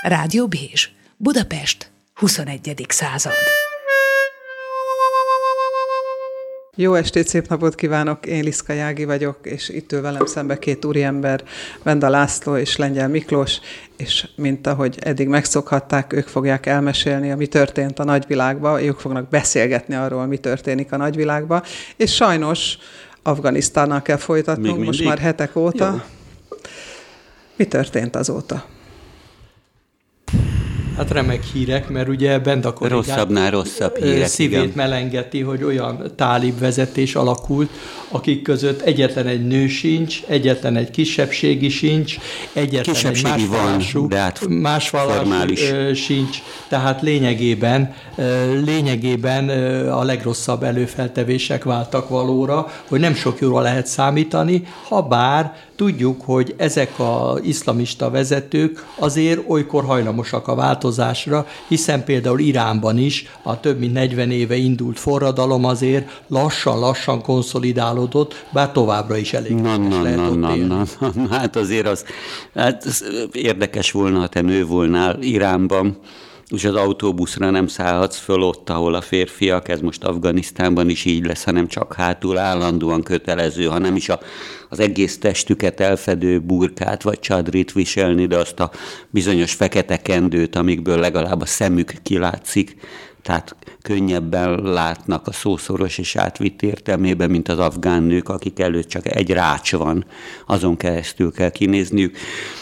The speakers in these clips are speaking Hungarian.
Rádió Bézs, Budapest, 21. század. Jó estét, szép napot kívánok! Én Liszka Jági vagyok, és itt ül velem szembe két úriember, Benda László és Lengyel Miklós, és mint ahogy eddig megszokhatták, ők fogják elmesélni, mi történt a nagyvilágban, ők fognak beszélgetni arról, mi történik a nagyvilágban, és sajnos Afganisztánnal kell folytatnunk, most már hetek óta. Jó. Mi történt azóta? Hát remek hírek, mert ugye Benda rosszabbnál rosszabb hírek, szívét igen. melengeti, hogy olyan tálib vezetés alakult, akik között egyetlen egy nő sincs, egyetlen egy kisebbségi sincs, egyetlen kisebbségi egy más vallású sincs. Tehát lényegében a legrosszabb előfeltevések váltak valóra, hogy nem sok jóra lehet számítani, ha bár tudjuk, hogy ezek az iszlamista vezetők azért olykor hajlamosak a változásra, hiszen például Iránban is a több mint 40 éve indult forradalom azért lassan konszolidálódott, bár továbbra is elég lehet ott élni. Hát azért az érdekes volna, ha te nő volnál Iránban, és az autóbuszra nem szállhatsz föl ott, ahol a férfiak, ez most Afganisztánban is így lesz, hanem csak hátul állandóan kötelező, hanem is az egész testüket elfedő burkát vagy csadrit viselni, de azt a bizonyos fekete kendőt, amikből legalább a szemük kilátszik, tehát könnyebben látnak a szószoros és átvitt értelmében, mint az afgán nők, akik előtt csak egy rács van, azon keresztül kell kinézniük.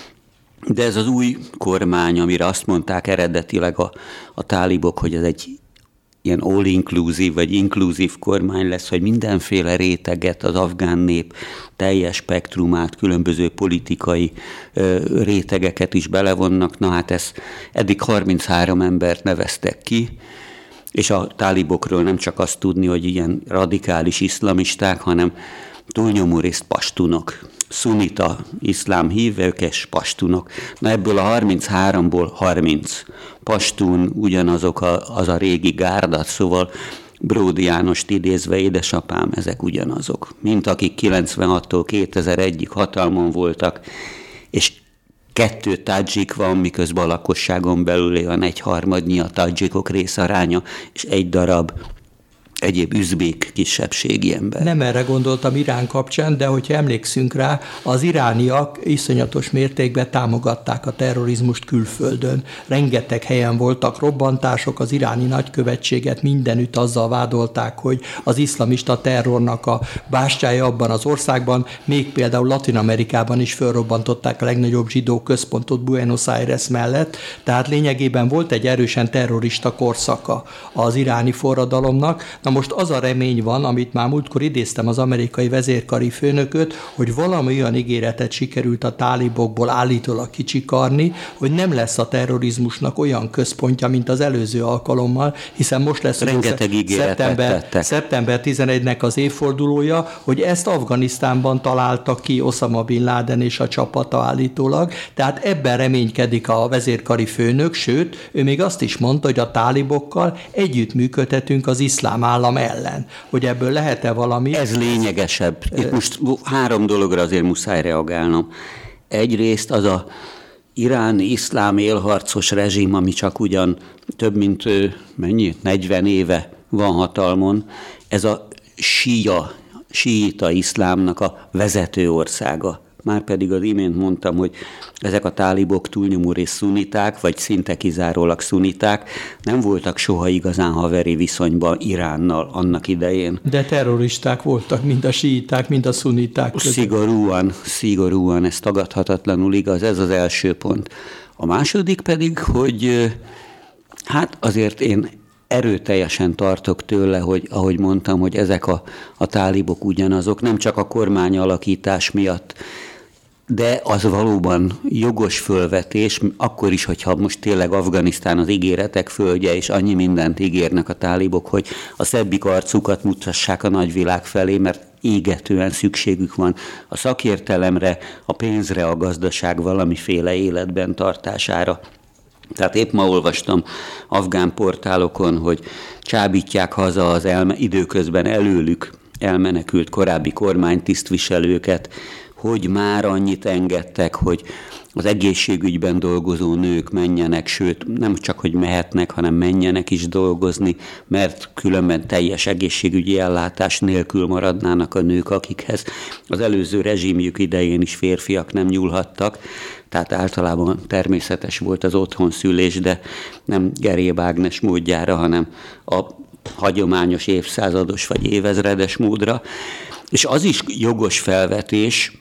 De ez az új kormány, amire azt mondták eredetileg a tálibok, hogy ez egy ilyen all-inclusive vagy inkluzív kormány lesz, hogy mindenféle réteget, az afgán nép teljes spektrumát, különböző politikai rétegeket is belevonnak. Na hát ez eddig 33 embert neveztek ki, és a tálibokról nem csak azt tudni, hogy ilyen radikális iszlamisták, hanem túlnyomó részt pastunok. Szunita iszlám hívők és pastunok. Na ebből a 33-ból 30 pastun ugyanazok az a régi gárdat, szóval Bródi Jánost idézve, édesapám, ezek ugyanazok. Mint akik 96-tól 2001-ig hatalmon voltak, és 2 tadzsik van, miközben a lakosságon belül van 1/3 a tadzsikok részaránya, és 1 darab egyéb üzbék kisebbségi ember. Nem erre gondoltam Irán kapcsán, de hogyha emlékszünk rá, az irániak iszonyatos mértékben támogatták a terrorizmust külföldön. Rengeteg helyen voltak robbantások, az iráni nagykövetséget mindenütt azzal vádolták, hogy az iszlamista terrornak a bástyája abban az országban, még például Latin-Amerikában is felrobbantották a legnagyobb zsidó központot Buenos Aires mellett, tehát lényegében volt egy erősen terrorista korszaka az iráni forradalomnak. Na most az a remény van, amit már múltkor idéztem az amerikai vezérkari főnököt, hogy valami olyan ígéretet sikerült a tálibokból állítólag kicsikarni, hogy nem lesz a terrorizmusnak olyan központja, mint az előző alkalommal, hiszen most lesz szeptember 11-nek az évfordulója, hogy ezt Afganisztánban találta ki Osama Bin Laden és a csapata állítólag, tehát ebben reménykedik a vezérkari főnök, sőt, ő még azt is mondta, hogy a tálibokkal együttműködhetünk az iszlám állam ellen, hogy ebből lehet-e valami? Ez lényegesebb. Itt most 3 dologra azért muszáj reagálnom. Egyrészt az a iráni iszlám élharcos rezsim, ami csak ugyan több mint 40 éve van hatalmon, ez a síita iszlámnak a vezető országa. Márpedig az imént mondtam, hogy ezek a tálibok túlnyomó részt szuniták, vagy szinte kizárólag szuniták, nem voltak soha igazán haveri viszonyban Iránnal annak idején. De terroristák voltak, mind a síiták, mind a szuniták között. Szigorúan, ez tagadhatatlanul igaz, ez az első pont. A második pedig, hogy hát azért én erőteljesen tartok tőle, hogy ahogy mondtam, hogy ezek a tálibok ugyanazok, nem csak a kormányalakítás miatt, de az valóban jogos fölvetés, akkor is, hogyha most tényleg Afganisztán az ígéretek földje, és annyi mindent ígérnek a tálibok, hogy a szebbik arcukat mutassák a nagyvilág felé, mert égetően szükségük van a szakértelemre, a pénzre, a gazdaság valamiféle életben tartására. Tehát épp ma olvastam afgán portálokon, hogy csábítják haza az időközben előlük elmenekült korábbi kormánytisztviselőket, hogy már annyit engedtek, hogy az egészségügyben dolgozó nők menjenek, sőt nem csak, hogy mehetnek, hanem menjenek is dolgozni, mert különben teljes egészségügyi ellátás nélkül maradnának a nők, akikhez az előző rezsimjük idején is férfiak nem nyúlhattak. Tehát általában természetes volt az otthonszülés, de nem Geréb Ágnes módjára, hanem a hagyományos évszázados vagy évezredes módra. És az is jogos felvetés,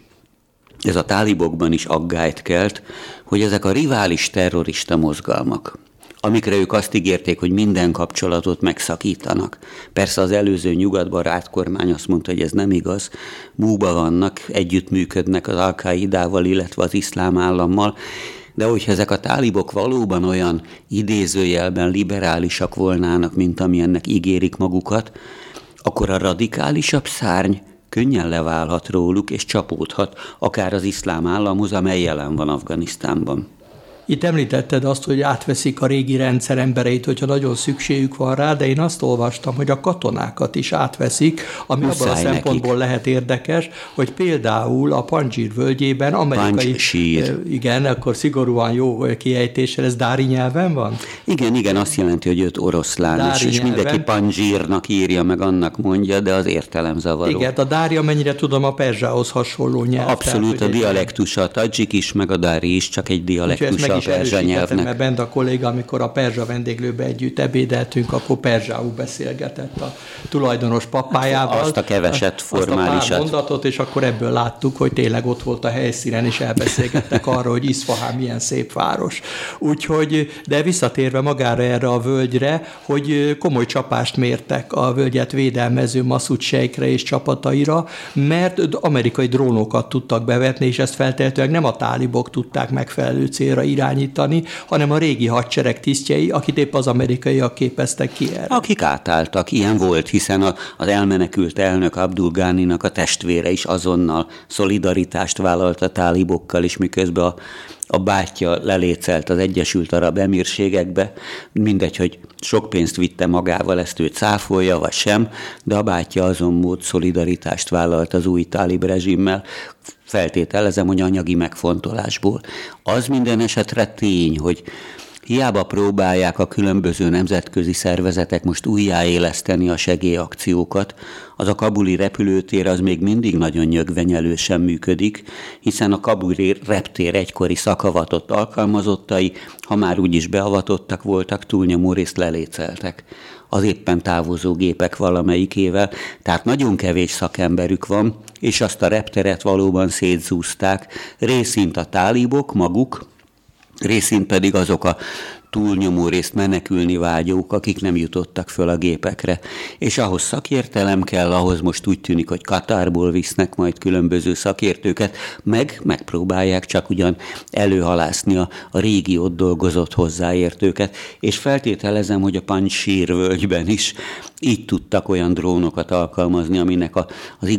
ez a tálibokban is aggályt kelt, hogy ezek a rivális terrorista mozgalmak, amikre ők azt ígérték, hogy minden kapcsolatot megszakítanak. Persze az előző nyugatbarát kormány azt mondta, hogy ez nem igaz, múba vannak, együttműködnek az Al-Qaidával, illetve az iszlám állammal, de hogyha ezek a tálibok valóban olyan idézőjelben liberálisak volnának, mint amilyennek ígérik magukat, akkor a radikálisabb szárny könnyen leválhat róluk, és csapódhat akár az iszlám államhoz, amely jelen van Afganisztánban. Itt említetted azt, hogy átveszik a régi rendszer embereit, hogyha nagyon szükségük van rá, de én azt olvastam, hogy a katonákat is átveszik, ami abban a szempontból lehet érdekes, hogy például a Panjshir völgyében amerikai... Igen, akkor szigorúan jó kiejtéssel, ez dári nyelven van? Igen, azt jelenti, hogy őt oroszlán, és mindenki Panjshirnak írja, meg annak mondja, de az értelemzavaró. Igen, a dári, amennyire tudom, a perzsához hasonló nyelv. Abszolút, tehát, a dialektusa, a tadzsik is, meg a dári is, csak egy dialektusa. Is erősítettem, mert bent a kolléga, amikor a perzsa vendéglőbe együtt ebédeltünk, akkor perzsául beszélgetett a tulajdonos papájával. Azt a keveset formálisat. Azt a pár mondatot, és akkor ebből láttuk, hogy tényleg ott volt a helyszínen, és elbeszélgettek arról, hogy Iszfahán milyen szép város. Úgyhogy, de visszatérve magára erre a völgyre, hogy komoly csapást mértek a völgyet védelmező Massoud Sheikre és csapataira, mert amerikai drónokat tudtak bevetni, és ezt feltehetőleg nem a tálibok tudták megfelelő célra irányítani, hanem a régi hadsereg tisztjei, akit épp az amerikaiak képeztek ki erre. Akik átálltak, ilyen volt, hiszen az elmenekült elnök Abdul Ghaninak a testvére is azonnal szolidaritást vállalt a tálibokkal, és miközben a bátyja lelécelt az Egyesült Arab Emírségekbe, mindegy, hogy sok pénzt vitte magával, ezt ő cáfolja, vagy sem, de a bátyja azon mód szolidaritást vállalt az új tálib rezsimmel, feltételezem, hogy anyagi megfontolásból. Az minden esetre tény, hogy hiába próbálják a különböző nemzetközi szervezetek most újjáéleszteni a segélyakciókat, az a kabuli repülőtér az még mindig nagyon nyögvenyelősen működik, hiszen a kabuli reptér egykori szakavatott alkalmazottai, ha már úgyis beavatottak voltak, túlnyomó részt leléceltek az éppen távozó gépek valamelyikével, tehát nagyon kevés szakemberük van, és azt a repteret valóban szétzúzták, részint a tálibok maguk, részint pedig azok a túlnyomó részt menekülni vágyók, akik nem jutottak föl a gépekre. És ahhoz szakértelem kell, ahhoz most úgy tűnik, hogy Katárból visznek majd különböző szakértőket, megpróbálják csak ugyan előhalászni a régi ott dolgozott hozzáértőket, és feltételezem, hogy a Panjshir völgyben is így tudtak olyan drónokat alkalmazni, aminek az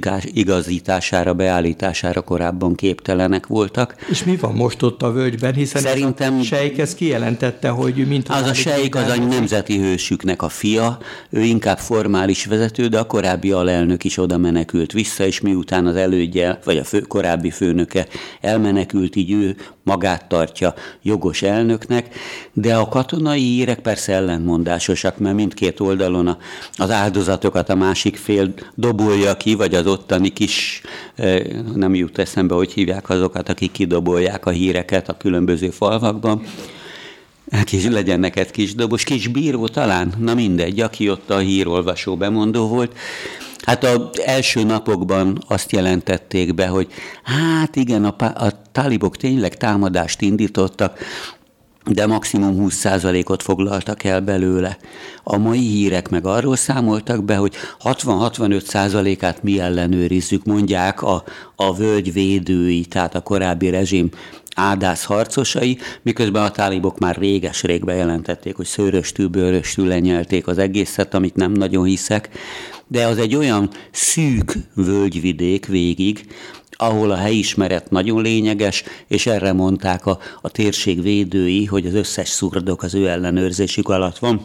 igazítására, beállítására korábban képtelenek voltak. És mi van most ott a völgyben, hiszen szerintem a Sheik ezt kijelentette, hogy mint az a Sheik az a nemzeti hősüknek a fia, ő inkább formális vezető, de a korábbi alelnök is oda menekült vissza, és miután az elődje, vagy a korábbi főnöke elmenekült, így ő magát tartja jogos elnöknek, de a katonai hírek persze ellentmondásosak, mert mindkét oldalon az áldozatokat a másik fél dobolja ki, vagy az ottani kis, nem jut eszembe, hogy hívják azokat, akik kidobolják a híreket a különböző falvakban. Legyen neked kis dobos, kis bíró talán? Na mindegy, aki ott a hírolvasó bemondó volt. Hát az első napokban azt jelentették be, hogy hát igen, a tálibok tényleg támadást indítottak, de maximum 20%-ot foglaltak el belőle. A mai hírek meg arról számoltak be, hogy 60-65%-át mi ellenőrizzük, mondják a völgy védői, tehát a korábbi rezsim ádász harcosai, miközben a tálibok már réges-rég bejelentették, hogy szőröstül-bőröstül lenyelték az egészet, amit nem nagyon hiszek, de az egy olyan szűk völgyvidék végig, ahol a helyismeret nagyon lényeges, és erre mondták a térség védői, hogy az összes szurdok az ő ellenőrzésük alatt van.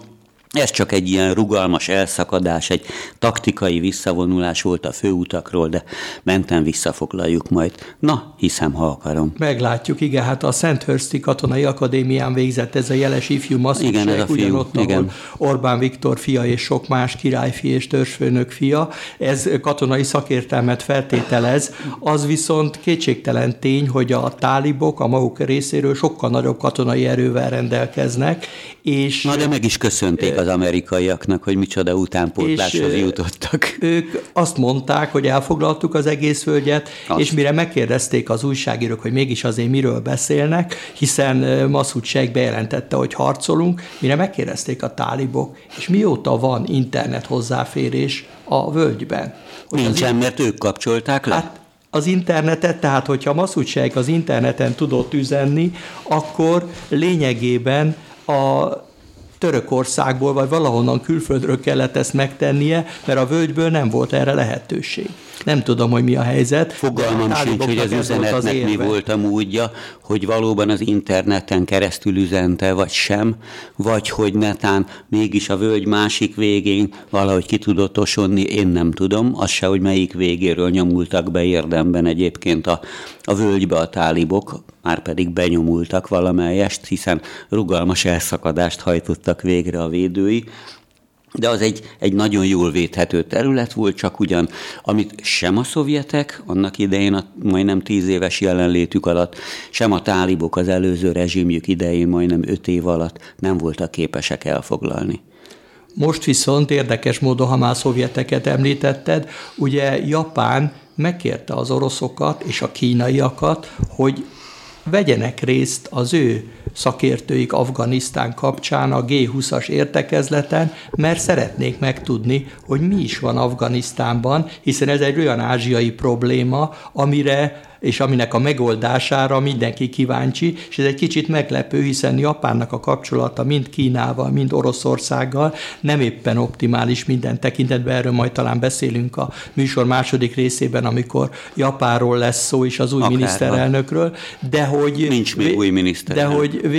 Ez csak egy ilyen rugalmas elszakadás, egy taktikai visszavonulás volt a főutakról, de menten visszafoglaljuk majd. Na, hiszem, ha akarom. Meglátjuk, igen, hát a Sandhursti Katonai Akadémián végzett ez a jeles ifjú masszúság, ugyanott, ahol Orbán Viktor fia és sok más királyfi és törzsfőnök fia. Ez katonai szakértelmet feltételez, az viszont kétségtelen tény, hogy a tálibok a maguk részéről sokkal nagyobb katonai erővel rendelkeznek, és... Na, de meg is köszönték az amerikaiaknak, hogy micsoda utánpótláshoz jutottak. Ők azt mondták, hogy elfoglaltuk az egész völgyet, és mire megkérdezték az újságírók, hogy mégis azért miről beszélnek, hiszen Massoud Sheikh bejelentette, hogy harcolunk, mire megkérdezték a tálibok, és mióta van internet hozzáférés a völgyben? Nincsen, mert ők kapcsolták le? Hát az internetet, tehát hogyha Massoud Sheikh az interneten tudott üzenni, akkor lényegében a Törökországból, vagy valahonnan külföldről kellett ezt megtennie, mert a völgyből nem volt erre lehetőség. Nem tudom, hogy mi a helyzet. Fogalmam sincs, hogy az üzenetnek mi volt a módja, hogy valóban az interneten keresztül üzente, vagy sem, vagy hogy netán mégis a völgy másik végén valahogy ki tudott osonni, én nem tudom. Az se, hogy melyik végéről nyomultak be érdemben egyébként a völgybe a tálibok, már pedig benyomultak valamelyest, hiszen rugalmas elszakadást hajtottak végre a védői. De az egy nagyon jól védhető terület volt, csak ugyan, amit sem a szovjetek annak idején a majdnem 10 éves jelenlétük alatt, sem a tálibok az előző rezsimjük idején majdnem 5 év alatt nem voltak képesek elfoglalni. Most viszont érdekes módon, ha már szovjeteket említetted, ugye Japán megkérte az oroszokat és a kínaiakat, hogy vegyenek részt az ő szakértőik Afganisztán kapcsán a G20-as értekezleten, mert szeretnék megtudni, hogy mi is van Afganisztánban, hiszen ez egy olyan ázsiai probléma, amire és aminek a megoldására mindenki kíváncsi, és ez egy kicsit meglepő, hiszen Japánnak a kapcsolata mind Kínával, mind Oroszországgal nem éppen optimális minden tekintetben, erről majd talán beszélünk a műsor második részében, amikor Japánról lesz szó, és az új miniszterelnökről, de hogy... Nincs még új miniszterelnök. De hogy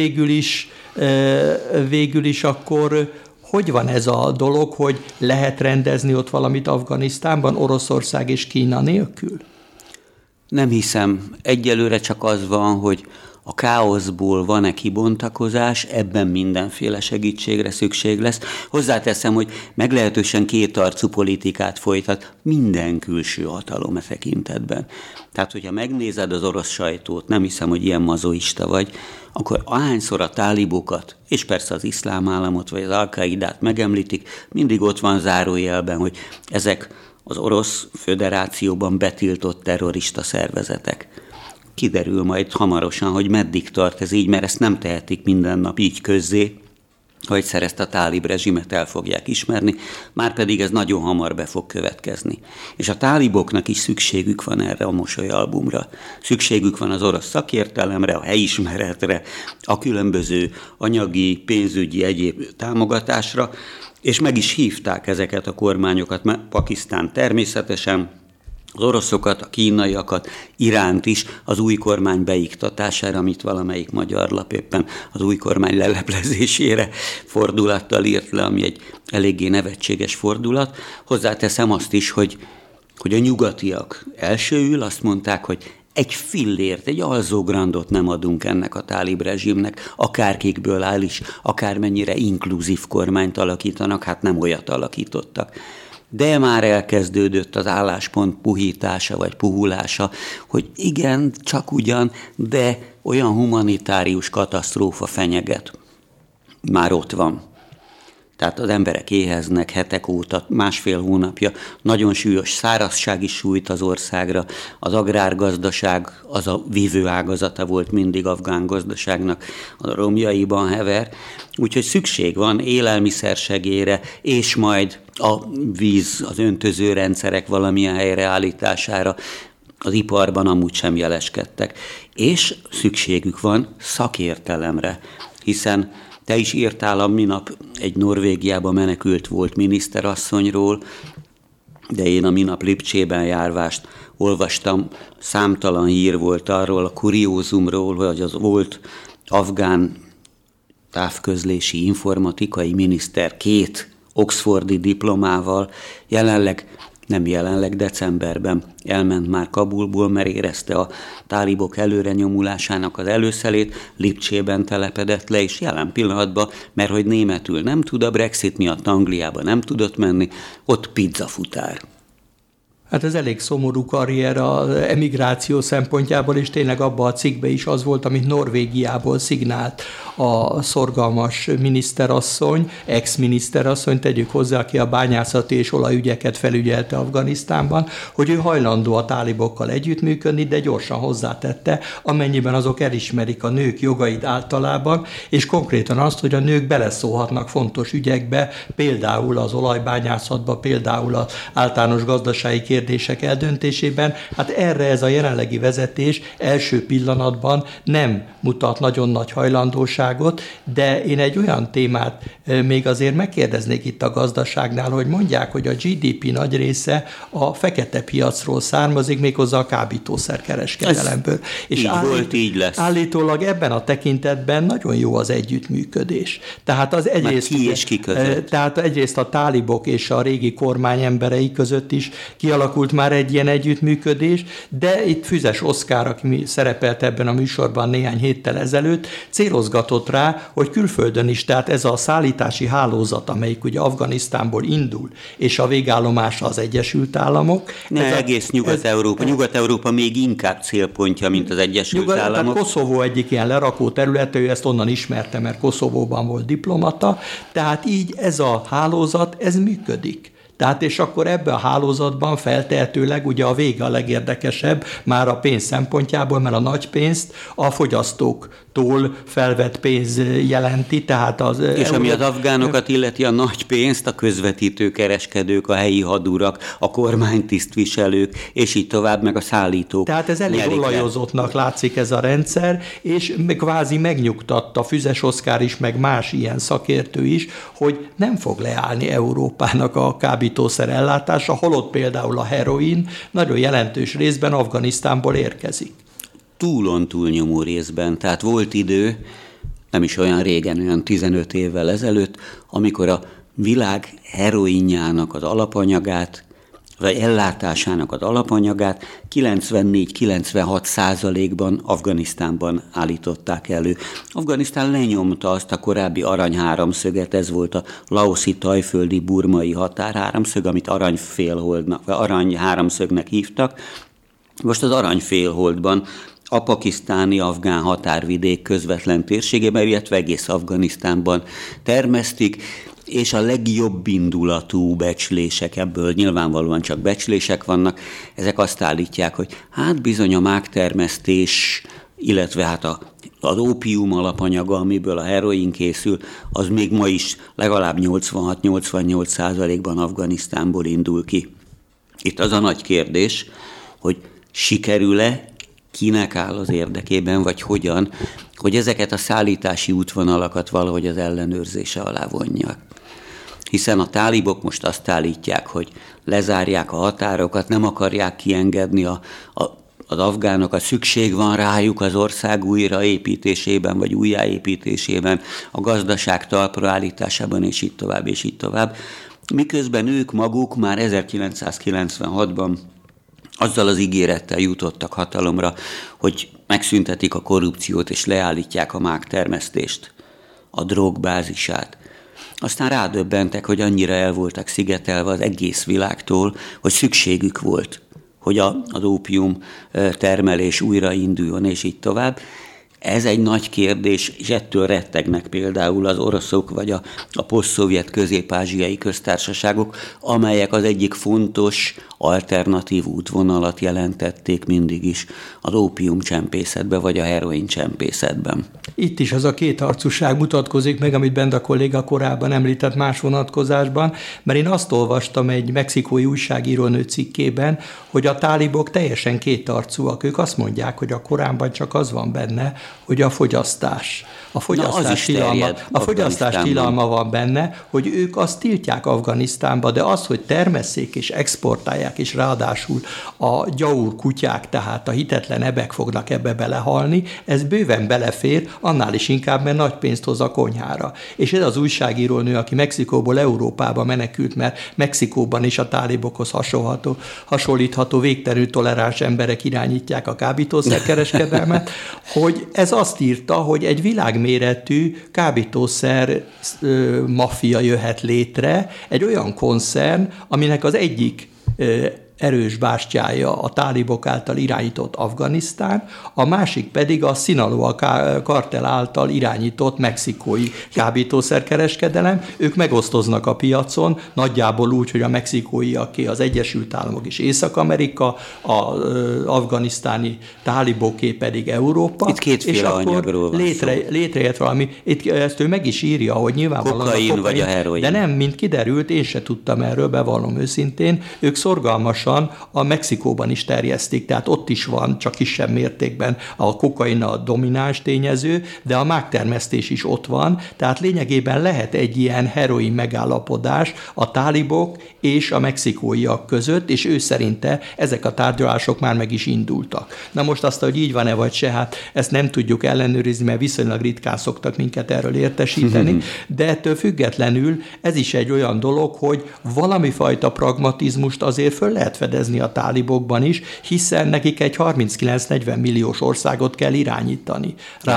végül is akkor... Hogy van ez a dolog, hogy lehet rendezni ott valamit Afganisztánban, Oroszország és Kína nélkül? Nem hiszem. Egyelőre csak az van, hogy a káoszból van-e kibontakozás, ebben mindenféle segítségre szükség lesz. Hozzáteszem, hogy meglehetősen kétarcú politikát folytat minden külső hatalom e tekintetben. Tehát, hogyha megnézed az orosz sajtót, nem hiszem, hogy ilyen mazoista vagy, akkor ahányszor a tálibokat, és persze az iszlám államot, vagy az Al-Qaidát megemlítik, mindig ott van zárójelben, hogy ezek az Orosz Föderációban betiltott terrorista szervezetek. Kiderül majd hamarosan, hogy meddig tart ez így, mert ezt nem tehetik minden nap így közzé, ha egyszer ezt a tálib rezsimet el fogják ismerni, márpedig ez nagyon hamar be fog következni. És a táliboknak is szükségük van erre a mosolyalbumra. Szükségük van az orosz szakértelemre, a helyismeretre, a különböző anyagi, pénzügyi, egyéb támogatásra, és meg is hívták ezeket a kormányokat, Pakisztán természetesen, az oroszokat, a kínaiakat, Iránt is az új kormány beiktatására, amit valamelyik magyar lap éppen az új kormány leleplezésére fordulattal írt le, ami egy eléggé nevetséges fordulat. Hozzáteszem azt is, hogy a nyugatiak elsőül azt mondták, hogy egy fillért, egy alzógrandot nem adunk ennek a tálib rezsimnek, akárkikből áll is, akármennyire inkluzív kormányt alakítanak, hát nem olyat alakítottak. De már elkezdődött az álláspont puhítása vagy puhulása, hogy igen, csak ugyan, de olyan humanitárius katasztrófa fenyeget. Már ott van. Tehát az emberek éheznek hetek óta, másfél hónapja, nagyon súlyos szárazság is sújt az országra, az agrárgazdaság az a vívő ágazata volt mindig afgán gazdaságnak, a romjaiban hever, úgyhogy szükség van élelmiszersegélyre, és majd a víz, az öntözőrendszerek valamilyen helyreállítására, az iparban amúgy sem jeleskedtek. És szükségük van szakértelemre, hiszen te is írtál a minap egy Norvégiába menekült volt miniszterasszonyról, de én a minap Lipcsében járvást olvastam, számtalan hír volt arról, a kuriózumról, hogy az volt afgán távközlési informatikai miniszter 2 oxfordi diplomával decemberben elment már Kabulból, mert érezte a tálibok előre nyomulásának az előszelét, Lipcsében telepedett le, és jelen pillanatban, mert hogy németül nem tud, a Brexit miatt Angliába nem tudott menni, ott pizzafutár. Hát ez elég szomorú karrier az emigráció szempontjából, és tényleg abban a cikkben is az volt, amit Norvégiából szignált a szorgalmas miniszterasszony, ex-miniszterasszony, tegyük hozzá, aki a bányászati és olajügyeket felügyelte Afganisztánban, hogy ő hajlandó a tálibokkal együttműködni, de gyorsan hozzátette, amennyiben azok elismerik a nők jogait általában, és konkrétan azt, hogy a nők beleszólhatnak fontos ügyekbe, például az olajbányászatba, például az általános gazdasági kérdések eldöntésében. Hát erre ez a jelenlegi vezetés első pillanatban nem mutat nagyon nagy hajlandóságot, de én egy olyan témát még azért megkérdeznék itt a gazdaságnál, hogy mondják, hogy a GDP nagy része a fekete piacról származik, méghozzá a kábítószerkereskedelemből. És volt, így lesz. Állítólag ebben a tekintetben nagyon jó az együttműködés. Tehát az egyrészt a tálibok és a régi kormány emberei között is kialakult már egy ilyen együttműködés, de itt Füzes Oszkár, aki szerepelt ebben a műsorban néhány héttel ezelőtt, célozgatott rá, hogy külföldön is, tehát ez a szállítási hálózat, amelyik ugye Afganisztánból indul, és a végállomása az Egyesült Államok. Egész Nyugat-Európa. Nyugat-Európa még inkább célpontja, mint az Egyesült Államok. Tehát Koszovó egyik ilyen lerakó területe, ő ezt onnan ismerte, mert Koszovóban volt diplomata, tehát így ez a hálózat, ez működik. Tehát és akkor ebbe a hálózatban feltehetőleg ugye a vége a legérdekesebb már a pénz szempontjából, mert a nagy pénzt a fogyasztóktól felvett pénz jelenti. Tehát és ami az afgánokat illeti, a nagy pénzt a közvetítő kereskedők, a helyi hadurak, a kormánytisztviselők, és így tovább, meg a szállítók. Tehát ez elég olajozottnak látszik ez a rendszer, és kvázi megnyugtatta Füzes Oszkár is, meg más ilyen szakértő is, hogy nem fog leállni Európának a kábítószer ellátása, holott például a heroin nagyon jelentős részben Afganisztánból érkezik. Túlnyomó részben. Tehát volt idő, nem is olyan régen, olyan 15 évvel ezelőtt, amikor a világ heroinjának az alapanyagát, vagy ellátásának az alapanyagát 94-96%-ban Afganisztánban állították elő. Afganisztán lenyomta azt a korábbi aranyháromszöget, ez volt a laoszi, tajföldi, burmai határháromszög, amit aranyháromszögnek hívtak. Most az aranyfélholdban a pakisztáni-afgán határvidék közvetlen térségében, illetve egész Afganisztánban termesztik, és a legjobb indulatú becslések, ebből nyilvánvalóan csak becslések vannak, ezek azt állítják, hogy hát bizony a mágtermesztés, illetve hát az ópium alapanyaga, amiből a heroin készül, az még ma is legalább 86-88%-ban Afganisztánból indul ki. Itt az a nagy kérdés, hogy sikerül-e, kinek áll az érdekében, vagy hogyan, hogy ezeket a szállítási útvonalakat valahogy az ellenőrzése alá vonják. Hiszen a tálibok most azt állítják, hogy lezárják a határokat, nem akarják kiengedni az afgánokat, szükség van rájuk az ország újraépítésében, vagy újjáépítésében, a gazdaság talpra állításában, és így tovább, és így tovább. Miközben ők maguk már 1996-ban azzal az ígérettel jutottak hatalomra, hogy megszüntetik a korrupciót és leállítják a mágtermesztést, a drogbázisát. Aztán rádöbbentek, hogy annyira el voltak szigetelve az egész világtól, hogy szükségük volt, hogy az ópium termelés újrainduljon, és így tovább. Ez egy nagy kérdés, és ettől rettegnek például az oroszok, vagy a posztszovjet közép-ázsiai köztársaságok, amelyek az egyik fontos alternatív útvonalat jelentették mindig is az ópiumcsempészetben, vagy a heroin csempészetben. Itt is az a kétarcúság mutatkozik meg, amit Benda kolléga korábban említett más vonatkozásban, mert én azt olvastam egy mexikói újságírónő cikkében, hogy a tálibok teljesen kétarcúak. Ők azt mondják, hogy a Koránban csak az van benne, hogy a fogyasztás. A fogyasztás tilalma van benne, hogy ők azt tiltják Afganisztánba, de az, hogy termesszék és exportálják, és ráadásul a gyaur kutyák, tehát a hitetlen ebek fognak ebbe belehalni, ez bőven belefér, annál is inkább, mert nagy pénzt hoz a konyhára. És ez az újságírónő, aki Mexikóból Európába menekült, mert Mexikóban is a tálibokhoz hasonlítható végtelenül toleráns emberek irányítják a kábítószerkereskedelmet, hogy ez azt írta, hogy egy világméretű kábítószer maffia jöhet létre, egy olyan koncern, aminek az egyik erős bástyája a tálibok által irányított Afganisztán, a másik pedig a Sinaloa kartel által irányított mexikói kábítószerkereskedelem. Ők megosztoznak a piacon, nagyjából úgy, hogy a mexikóiaké az Egyesült Államok és Észak-Amerika, az afganisztáni táliboké pedig Európa. Itt kétféle anyagról van létrejött valami, ezt ő meg is írja, hogy nyilvánvalóan kokain vagy a heroin. De nem, mint kiderült, én se tudtam erről, bevallom őszintén, ők szorgalmasan a Mexikóban is terjesztik, tehát ott is van, csak kisebb mértékben a kokain a domináns tényező, de a mágtermesztés is ott van, tehát lényegében lehet egy ilyen heroin megállapodás a tálibok és a mexikóiak között, és ő szerinte ezek a tárgyalások már meg is indultak. Na most azt, hogy így van-e vagy se, hát ezt nem tudjuk ellenőrizni, mert viszonylag ritkán szoktak minket erről értesíteni, de ettől függetlenül ez is egy olyan dolog, hogy valami fajta pragmatizmust azért föl lehet fedezni a tálibokban is, hiszen nekik egy 39-40 milliós országot kell irányítani.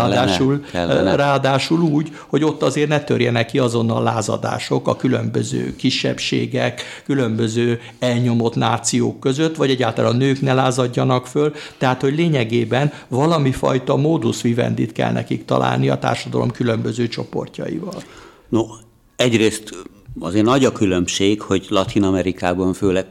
Ráadásul úgy, hogy ott azért ne törjenek ki azonnal lázadások a különböző kisebbségek, különböző elnyomott nációk között, vagy egyáltalán a nők ne lázadjanak föl, tehát hogy lényegében valami fajta modus vivendit kell nekik találni a társadalom különböző csoportjaival. No, egyrészt azért nagy a különbség, hogy Latin-Amerikában főleg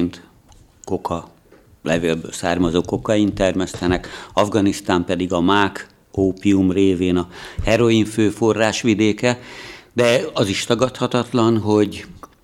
koka levélből származó kokain termesztenek, Afganisztán pedig a mák, ópium révén a heroin fő forrásvidéke, de az is tagadhatatlan, hogy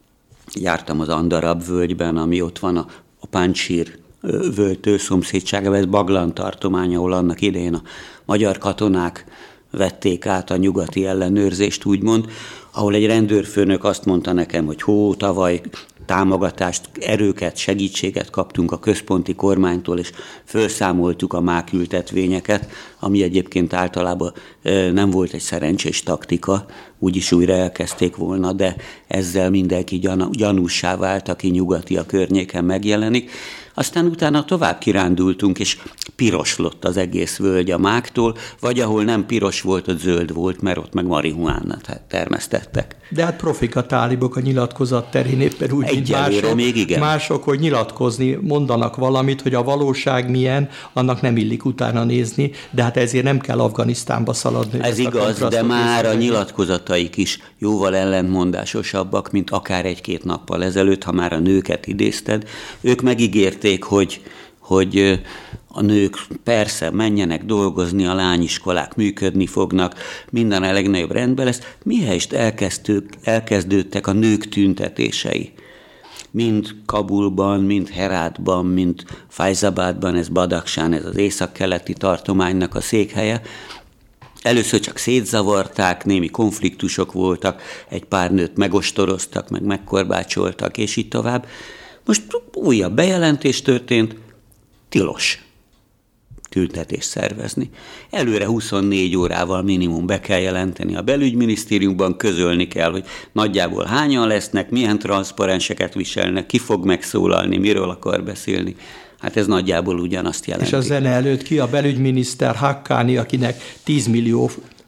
jártam az Andarab völgyben, ami ott van a Panjshir völgytől szomszédságában, ez Baglan tartomány, ahol annak idején a magyar katonák vették át a nyugati ellenőrzést, úgymond, ahol egy rendőrfőnök azt mondta nekem, hogy tavaly támogatást, erőket, segítséget kaptunk a központi kormánytól, és felszámoltuk a mákültetvényeket, ami egyébként általában nem volt egy szerencsés taktika, úgyis újra elkezdték volna, de ezzel mindenki gyanússá vált, aki nyugati a környéken megjelenik. Aztán utána tovább kirándultunk, és piroslott az egész völgy a máktól, vagy ahol nem piros volt, ott zöld volt, mert ott meg marihuánát termesztettek. De hát profik a tálibok a nyilatkozat terén éppen úgy, mint mások, hogy nyilatkozni, mondanak valamit, hogy a valóság milyen, annak nem illik utána nézni, de hát ezért nem kell Afganisztánba szaladni. Ez igaz, de már a nyilatkozataik is jóval ellentmondásosabbak, mint akár egy-két nappal ezelőtt, ha már a nőket idézted. Ők megígérték, hogy a nők persze menjenek dolgozni, a lányiskolák működni fognak, minden a legnagyobb rendben lesz. Mihelyest elkezdődtek a nők tüntetései. Mind Kabulban, mind Herátban, mind Fajzabadban, ez Badakhshan, ez az északkeleti tartománynak a székhelye. Először csak szétzavarták, némi konfliktusok voltak, egy pár nőt megostoroztak, meg megkorbácsoltak, és így tovább. Most újabb bejelentés történt, tilos tüntetést szervezni. Előre 24 órával minimum be kell jelenteni a belügyminisztériumban, közölni kell, hogy nagyjából hányan lesznek, milyen transzparenseket viselnek, ki fog megszólalni, miről akar beszélni. Hát ez nagyjából ugyanazt jelenti. És a zene előtt ki a belügyminiszter Haqqani, akinek 10 millió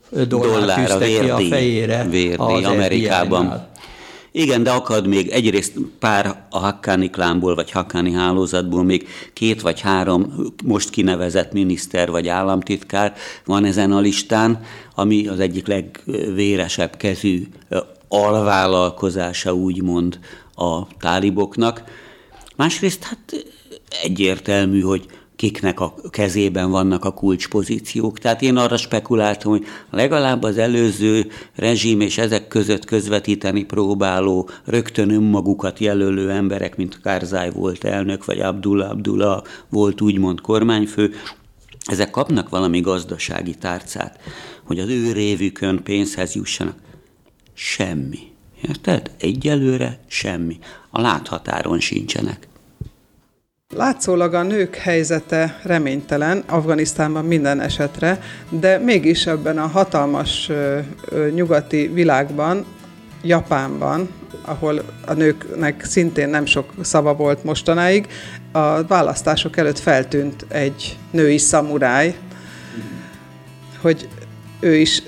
dollár tűztek ki a fejére. Vérdi Amerikában. Igen, de akad még egyrészt pár a Haqqani klánból, vagy Haqqani hálózatból még 2 vagy 3 most kinevezett miniszter vagy államtitkár van ezen a listán, ami az egyik legvéresebb kezű alvállalkozása, úgymond, a táliboknak. Másrészt hát egyértelmű, hogy kiknek a kezében vannak a kulcspozíciók. Tehát én arra spekuláltam, hogy legalább az előző rezsim és ezek között közvetíteni próbáló, rögtön önmagukat jelölő emberek, mint Karzai volt elnök, vagy Abdullah volt úgymond kormányfő, ezek kapnak valami gazdasági tárcát, hogy az ő révükön pénzhez jussanak. Semmi. Érted? Egyelőre semmi. A láthatáron sincsenek. Látszólag a nők helyzete reménytelen Afganisztánban minden esetre, de mégis ebben a hatalmas nyugati világban, Japánban, ahol a nőknek szintén nem sok szava volt mostanáig, a választások előtt feltűnt egy női szamuráj, hogy ő is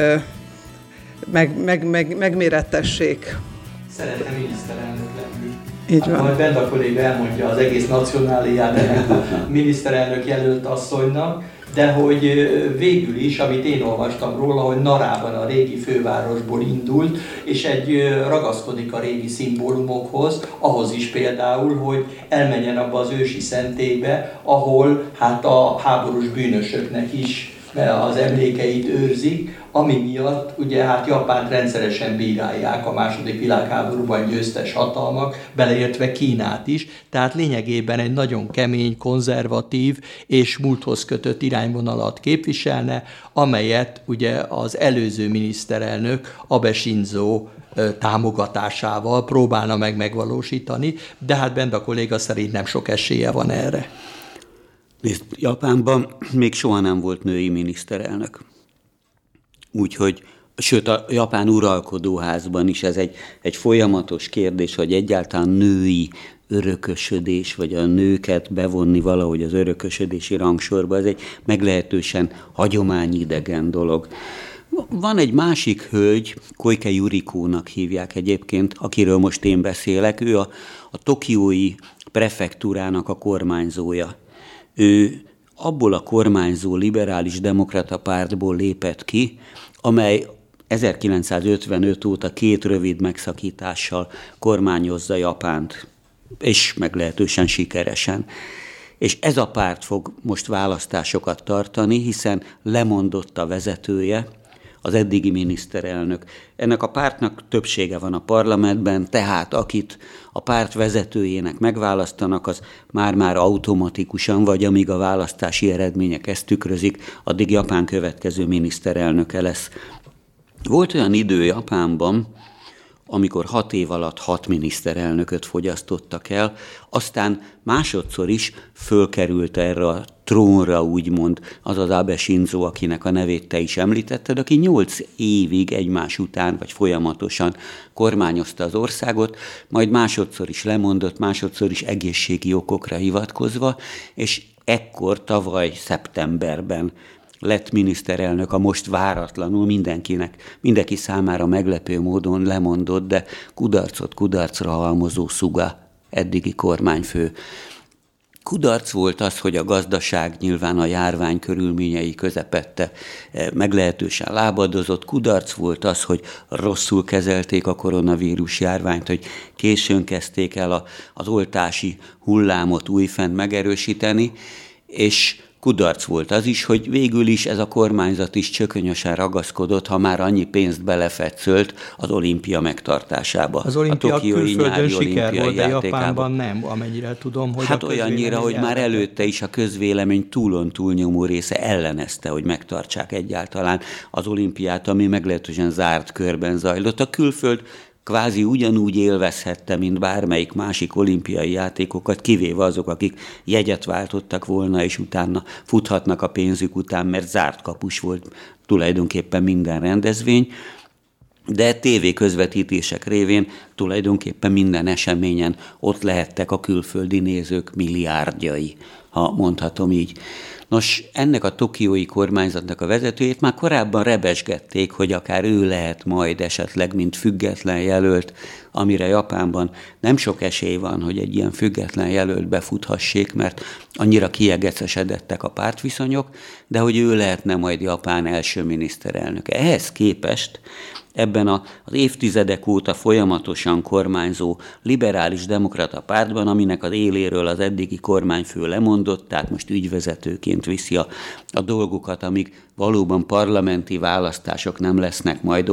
megmérettessék. Szeretne miniszterelnök lenni. Így van. Majd Benda kolléga elmondja az egész nacionáliát ennek a miniszterelnök jelölt asszonynak, de hogy végül is, amit én olvastam róla, hogy Narában, a régi fővárosból indult, és ragaszkodik a régi szimbólumokhoz, ahhoz is például, hogy elmenjen abba az ősi szentélybe, ahol hát a háborús bűnösöknek is az emlékeit őrzik, ami miatt ugye hát Japánt rendszeresen bírálják a II. Világháborúban győztes hatalmak, beleértve Kínát is, tehát lényegében egy nagyon kemény, konzervatív és múlthoz kötött irányvonalat képviselne, amelyet ugye az előző miniszterelnök Abe Shinzo támogatásával próbálna megvalósítani, de hát Benda kolléga szerint nem sok esélye van erre. Nézd, Japánban még soha nem volt női miniszterelnök. Úgyhogy, sőt a japán uralkodóházban is ez egy folyamatos kérdés, hogy egyáltalán női örökösödés, vagy a nőket bevonni valahogy az örökösödési rangsorba, ez egy meglehetősen hagyományidegen dolog. Van egy másik hölgy, Koike Yurikónak hívják egyébként, akiről most én beszélek, ő a tokiói prefektúrának a kormányzója. Ő abból a kormányzó liberális demokrata pártból lépett ki, amely 1955 óta 2 rövid megszakítással kormányozza Japánt, és meglehetősen sikeresen. És ez a párt fog most választásokat tartani, hiszen lemondott a vezetője, az eddigi miniszterelnök. Ennek a pártnak többsége van a parlamentben, tehát akit a párt vezetőjének megválasztanak, az már-már automatikusan, vagy amíg a választási eredmények ezt tükrözik, addig Japán következő miniszterelnöke lesz. Volt olyan idő Japánban, amikor 6 év alatt 6 miniszterelnököt fogyasztottak el, aztán másodszor is fölkerült erre a trónra, úgymond, az az Abe Shinzo, akinek a nevét te is említetted, aki 8 évig egymás után, vagy folyamatosan kormányozta az országot, majd másodszor is lemondott, másodszor is egészségi okokra hivatkozva, és ekkor tavaly szeptemberben lett miniszterelnök, a most váratlanul mindenki számára meglepő módon lemondott, de kudarcra halmozó Suga, eddigi kormányfő. Kudarc volt az, hogy a gazdaság nyilván a járvány körülményei közepette meglehetősen lábadozott. Kudarc volt az, hogy rosszul kezelték a koronavírus járványt, hogy későn kezdték el az oltási hullámot újfent megerősíteni, és kudarc volt az is, hogy végül is ez a kormányzat is csökönyösen ragaszkodott, ha már annyi pénzt belefetszölt az olimpia megtartásába. Az olimpia külföldön siker volt, de Japánban nem, amennyire tudom. Hogy hát olyannyira, hogy már előtte is a közvélemény túlnyomó része ellenezte, hogy megtartsák egyáltalán az olimpiát, ami meglehetősen zárt körben zajlott. A külföld kvázi ugyanúgy élvezhette, mint bármelyik másik olimpiai játékokat, kivéve azok, akik jegyet váltottak volna, és utána futhatnak a pénzük után, mert zárt kapus volt tulajdonképpen minden rendezvény, de tévéközvetítések révén tulajdonképpen minden eseményen ott lehettek a külföldi nézők milliárdjai, ha mondhatom így. Nos, ennek a tokiói kormányzatnak a vezetőjét már korábban rebesgették, hogy akár ő lehet majd esetleg, mint független jelölt, amire Japánban nem sok esély van, hogy egy ilyen független jelölt befuthassék, mert annyira kiegecesedettek a pártviszonyok, de hogy ő lehetne majd Japán első miniszterelnöke. Ehhez képest ebben az évtizedek óta folyamatosan kormányzó liberális demokrata pártban, aminek az éléről az eddigi kormányfő lemondott, tehát most ügyvezetőként viszi a dolgokat, amíg valóban parlamenti választások nem lesznek, majd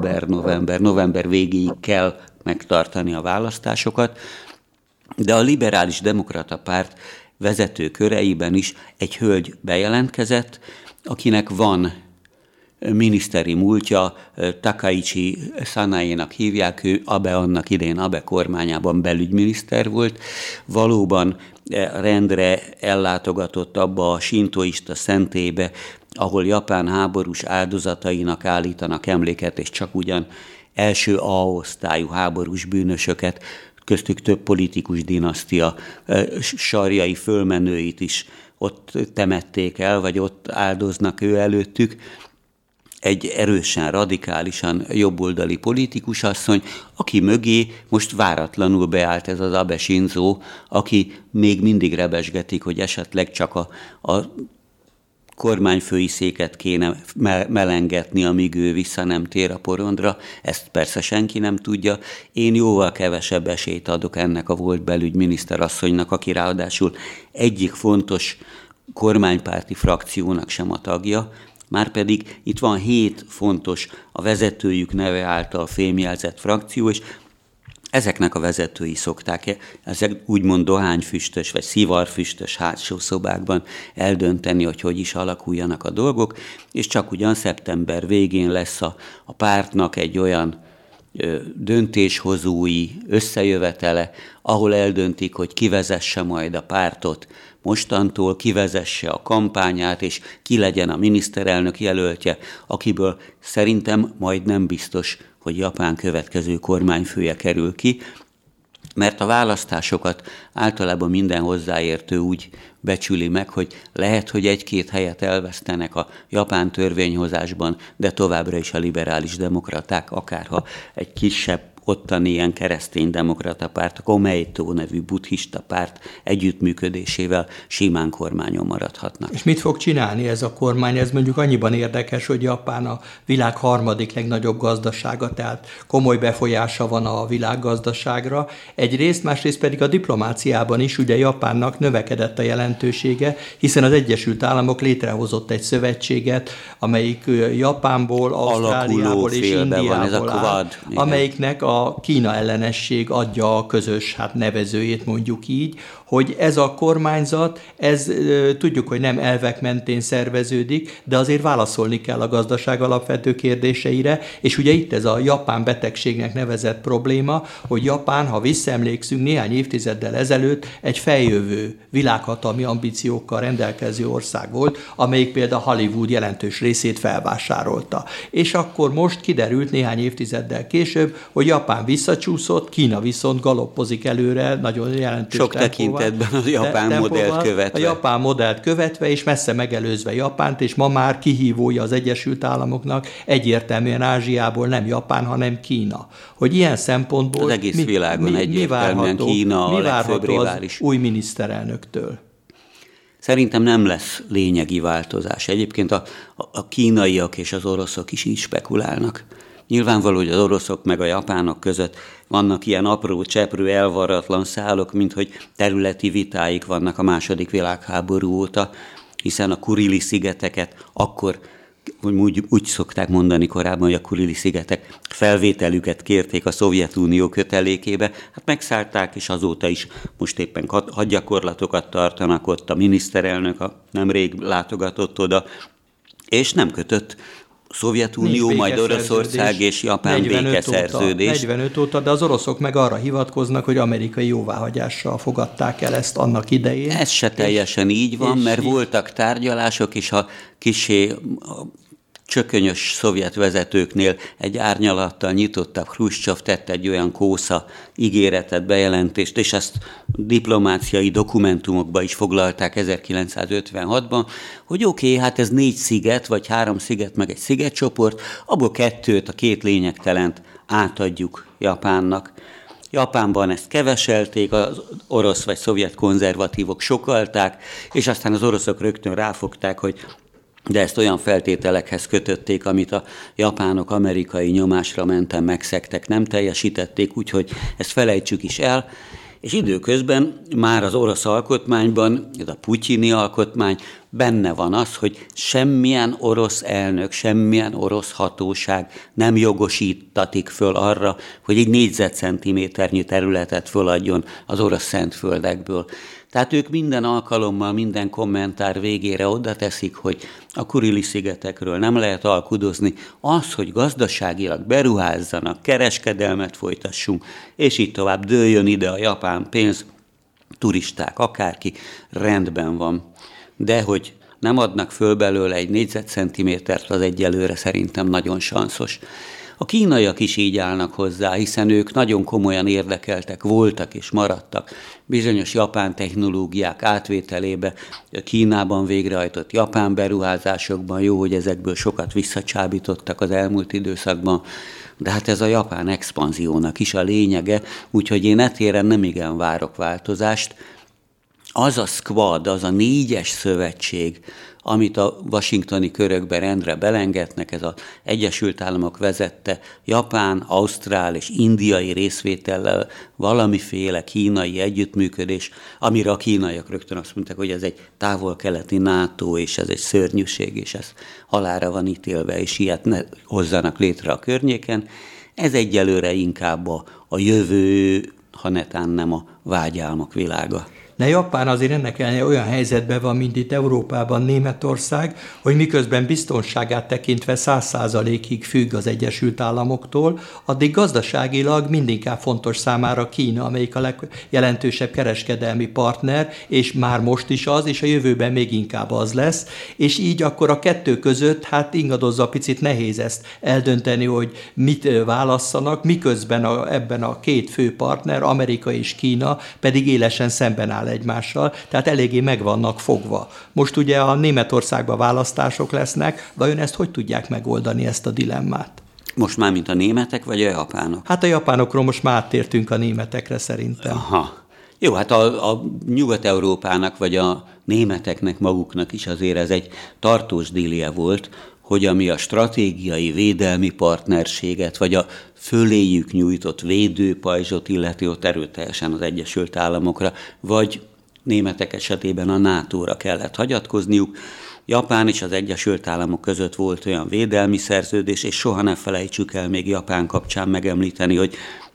november végéig kell megtartani a választásokat, de a liberális demokrata párt vezető köreiben is egy hölgy bejelentkezett, akinek van miniszteri múltja, Takaichi Sanaénak hívják, ő annak idején Abe kormányában belügyminiszter volt, valóban rendre ellátogatott abba a sintoista szentélybe, ahol Japán háborús áldozatainak állítanak emléket, és csak ugyan első A-osztályú háborús bűnösöket, köztük több politikus dinasztia sarjai fölmenőit is ott temették el, vagy ott áldoznak ő előttük. Egy erősen, radikálisan jobboldali politikus asszony, aki mögé most váratlanul beállt ez az Abe Shinzo, aki még mindig rebesgetik, hogy esetleg csak a kormányfői széket kéne melengetni, amíg ő vissza nem tér a porondra. Ezt persze senki nem tudja. Én jóval kevesebb esélyt adok ennek a volt belügyminiszter asszonynak, aki ráadásul egyik fontos kormánypárti frakciónak sem a tagja, márpedig itt van 7 fontos a vezetőjük neve által fémjelzett frakció, és ezeknek a vezetői szokták ezek úgymond dohányfüstös vagy szivarfüstös hátsó szobákban eldönteni, hogy is alakuljanak a dolgok, és csak ugyan szeptember végén lesz a pártnak egy olyan döntéshozói összejövetele, ahol eldöntik, hogy ki vezesse majd a pártot mostantól, ki vezesse a kampányát, és ki legyen a miniszterelnök jelöltje, akiből szerintem majd nem biztos, hogy Japán következő kormányfője kerül ki, mert a választásokat általában minden hozzáértő úgy becsüli meg, hogy lehet, hogy 1-2 helyet elvesztenek a japán törvényhozásban, de továbbra is a liberális demokraták, akárha egy kisebb ottani ilyen kereszténydemokrata párt, a Komeito nevű buddhista párt együttműködésével simán kormányon maradhatnak. És mit fog csinálni ez a kormány? Ez mondjuk annyiban érdekes, hogy Japán a világ 3. legnagyobb gazdasága, tehát komoly befolyása van a világgazdaságra. Egyrészt, másrészt pedig a diplomáciában is ugye Japánnak növekedett a jelentősége, hiszen az Egyesült Államok létrehozott egy szövetséget, amelyik Japánból, Ausztráliából és Indiából áll, amelyiknek a Kína ellenesség adja a közös nevezőjét, mondjuk így, hogy ez a kormányzat, ez tudjuk, hogy nem elvek mentén szerveződik, de azért válaszolni kell a gazdaság alapvető kérdéseire, és ugye itt ez a japán betegségnek nevezett probléma, hogy Japán, ha visszaemlékszünk, néhány évtizeddel ezelőtt egy feljövő világhatalmi ambíciókkal rendelkező ország volt, amelyik például Hollywood jelentős részét felvásárolta. És akkor most kiderült néhány évtizeddel később, hogy Japán visszacsúszott, Kína viszont galoppozik előre, nagyon jelentős sok tekintetben a japán modellt követve. A japán modellt követve, és messze megelőzve Japánt, és ma már kihívója az Egyesült Államoknak egyértelműen Ázsiából nem Japán, hanem Kína. Hogy ilyen szempontból az egész világon egyértelműen Kína a legfőbb rivális. Új miniszterelnöktől? Szerintem nem lesz lényegi változás. Egyébként a kínaiak és az oroszok is így spekulálnak. Nyilvánvaló, hogy az oroszok meg a japánok között vannak ilyen apró, cseprő, elvarratlan szálok, mint hogy területi vitáik vannak a II. Világháború óta, hiszen a Kurili-szigeteket akkor, úgy szokták mondani korábban, hogy a Kurili-szigetek felvételüket kérték a Szovjetunió kötelékébe, megszállták, és azóta is most éppen hadgyakorlatokat tartanak ott, a miniszterelnök nemrég látogatott oda, és nem kötött Szovjetunió, majd Oroszország és Japán békeszerződés. 45 óta, de az oroszok meg arra hivatkoznak, hogy amerikai jóváhagyással fogadták el ezt annak idején. Ez se teljesen így van, mert voltak tárgyalások, és a kisé csökönyös szovjet vezetőknél egy árnyalattal nyitottabb Hruscsov tett egy olyan kósza ígéretet, bejelentést, és ezt diplomáciai dokumentumokba is foglalták 1956-ban, hogy oké, ez 4 sziget, vagy 3 sziget, meg egy szigetcsoport, abból 2, a 2 lényegtelent átadjuk Japánnak. Japánban ezt keveselték, az orosz vagy szovjet konzervatívok sokalták, és aztán az oroszok rögtön ráfogták, hogy de ezt olyan feltételekhez kötötték, amit a japánok amerikai nyomásra menten megszegtek, nem teljesítették, úgyhogy ezt felejtsük is el. És időközben már az orosz alkotmányban, ez a putyini alkotmány, benne van az, hogy semmilyen orosz elnök, semmilyen orosz hatóság nem jogosítatik föl arra, hogy egy négyzetcentiméternyi területet föladjon az orosz szentföldekből. Tehát ők minden alkalommal, minden kommentár végére oda teszik, hogy a Kurili-szigetekről nem lehet alkudozni. Az, hogy gazdaságilag beruházzanak, kereskedelmet folytassunk, és így tovább, dőljön ide a japán pénz, turisták, akárki, rendben van. De hogy nem adnak föl belőle egy négyzetcentimétert, az egyelőre szerintem nagyon sanszos. A kínaiak is így állnak hozzá, hiszen ők nagyon komolyan érdekeltek voltak és maradtak bizonyos japán technológiák átvételébe, Kínában végrehajtott japán beruházásokban, jó, hogy ezekből sokat visszacsábítottak az elmúlt időszakban, de hát ez a japán expanziónak is a lényege, úgyhogy én etéren nem igen várok változást. Az a squad, az a 4-es szövetség, amit a washingtoni körökben rendre belengetnek, ez az Egyesült Államok vezette japán, ausztrál és indiai részvétellel valamiféle kínai együttműködés, amire a kínaiak rögtön azt mondták, hogy ez egy távol-keleti NATO, és ez egy szörnyűség, és ez halálra van ítélve, és ilyet ne hozzanak létre a környéken. Ez egyelőre inkább a jövő, ha netán nem a vágyálmok világa. De Japán azért ennek ellenére olyan helyzetben van, mint itt Európában Németország, hogy miközben biztonságát tekintve 100%-ig függ az Egyesült Államoktól, addig gazdaságilag mindinkább fontos számára Kína, amelyik a legjelentősebb kereskedelmi partner, és már most is az, és a jövőben még inkább az lesz, és így akkor a kettő között hát ingadozza picit nehéz ezt eldönteni, hogy mit válasszanak, miközben ebben a két fő partner, Amerika és Kína pedig élesen szemben áll egymással, tehát eléggé meg vannak fogva. Most ugye a Németországban választások lesznek, vajon ezt hogy tudják megoldani, ezt a dilemmát? Most már mint a németek, vagy a japánok? Hát a japánokról most már áttértünk a németekre szerintem. Aha. Jó, hát a Nyugat-Európának, vagy a németeknek maguknak is azért ez egy tartós dílje volt, hogy ami a stratégiai védelmi partnerséget, vagy a föléjük nyújtott védőpajzsot illeti, ott erőteljesen az Egyesült Államokra, vagy németek esetében a NATO-ra kellett hagyatkozniuk. Japán és az Egyesült Államok között volt olyan védelmi szerződés, és soha ne felejtsük el még Japán kapcsán megemlíteni, hogy